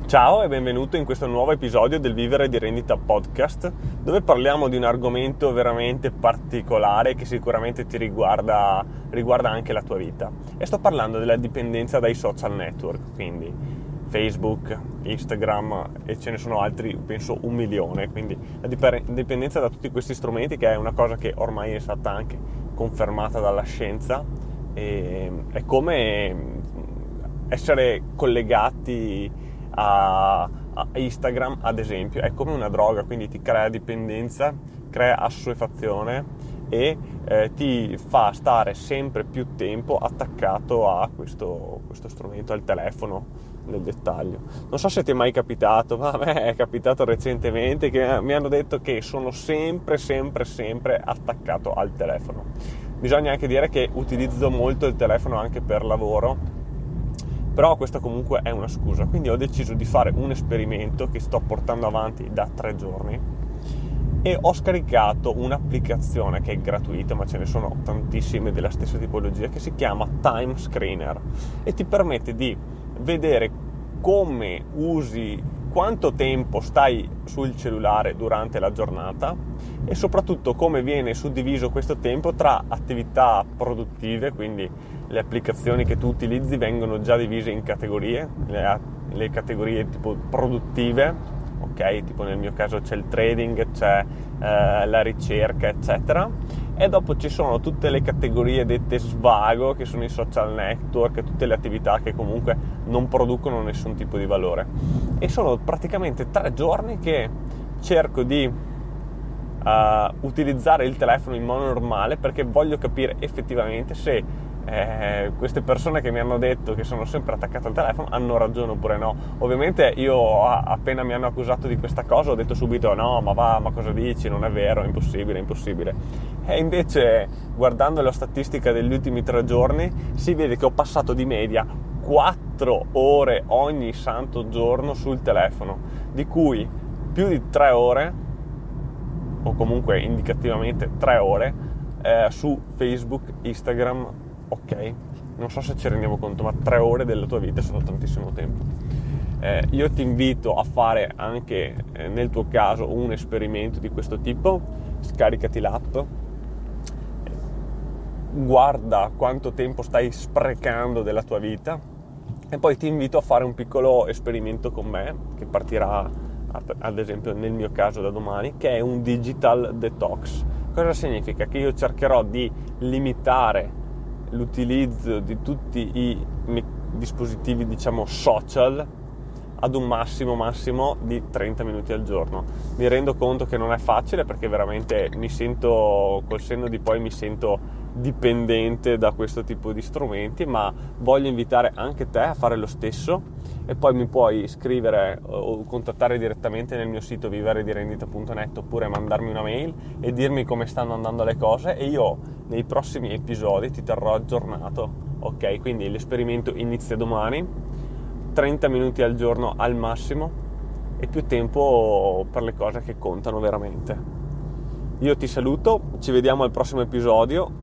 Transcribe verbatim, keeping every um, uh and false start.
Ciao e benvenuto in questo nuovo episodio del Vivere di Rendita Podcast, dove parliamo di un argomento veramente particolare che sicuramente ti riguarda, riguarda anche la tua vita. E sto parlando della dipendenza dai social network, quindi Facebook, Instagram e ce ne sono altri, penso un milione. Quindi la dipendenza da tutti questi strumenti, che è una cosa che ormai è stata anche confermata dalla scienza, e è come essere collegati a, a Instagram, ad esempio, è come una droga, quindi ti crea dipendenza, crea assuefazione e eh, ti fa stare sempre più tempo attaccato a questo, questo strumento, al telefono nel dettaglio. Non so se ti è mai capitato, ma a me è capitato recentemente che mi hanno detto che sono sempre, sempre, sempre attaccato al telefono. Bisogna anche dire che utilizzo molto il telefono anche per lavoro, però questa comunque è una scusa, quindi ho deciso di fare un esperimento che sto portando avanti da tre giorni e ho scaricato un'applicazione che è gratuita, ma ce ne sono tantissime della stessa tipologia, che si chiama Time Screener e ti permette di vedere come usi, quanto tempo stai sul cellulare durante la giornata e soprattutto come viene suddiviso questo tempo tra attività produttive, quindi le applicazioni che tu utilizzi vengono già divise in categorie, le, le categorie tipo produttive, ok? Tipo nel mio caso c'è il trading, c'è eh, la ricerca, eccetera, e dopo ci sono tutte le categorie dette svago, che sono i social network, tutte le attività che comunque non producono nessun tipo di valore. E sono praticamente tre giorni che cerco di Uh, utilizzare il telefono in modo normale, perché voglio capire effettivamente se eh, queste persone che mi hanno detto che sono sempre attaccate al telefono hanno ragione oppure no. Ovviamente io appena mi hanno accusato di questa cosa ho detto subito no, ma va, ma cosa dici, non è vero, è impossibile, è impossibile. E invece guardando la statistica degli ultimi tre giorni si vede che ho passato di media quattro ore ogni santo giorno sul telefono, di cui più di tre ore o comunque indicativamente tre ore eh, su Facebook, Instagram, ok? Non so se ci rendiamo conto, ma tre ore della tua vita sono tantissimo tempo. Eh, io ti invito a fare anche eh, nel tuo caso un esperimento di questo tipo. Scaricati l'app, guarda quanto tempo stai sprecando della tua vita e poi ti invito a fare un piccolo esperimento con me che partirà ad esempio nel mio caso da domani, che è un digital detox. Cosa significa? Che io cercherò di limitare l'utilizzo di tutti i dispositivi, diciamo, social ad un massimo massimo di trenta minuti al giorno. Mi rendo conto che non è facile, perché veramente mi sento, col senno di poi mi sento dipendente da questo tipo di strumenti, ma voglio invitare anche te a fare lo stesso. E poi mi puoi scrivere o contattare direttamente nel mio sito vivere di rendita punto net oppure mandarmi una mail e dirmi come stanno andando le cose, e io nei prossimi episodi ti terrò aggiornato, ok? Quindi l'esperimento inizia domani, trenta minuti al giorno al massimo e più tempo per le cose che contano veramente. Io ti saluto, ci vediamo al prossimo episodio.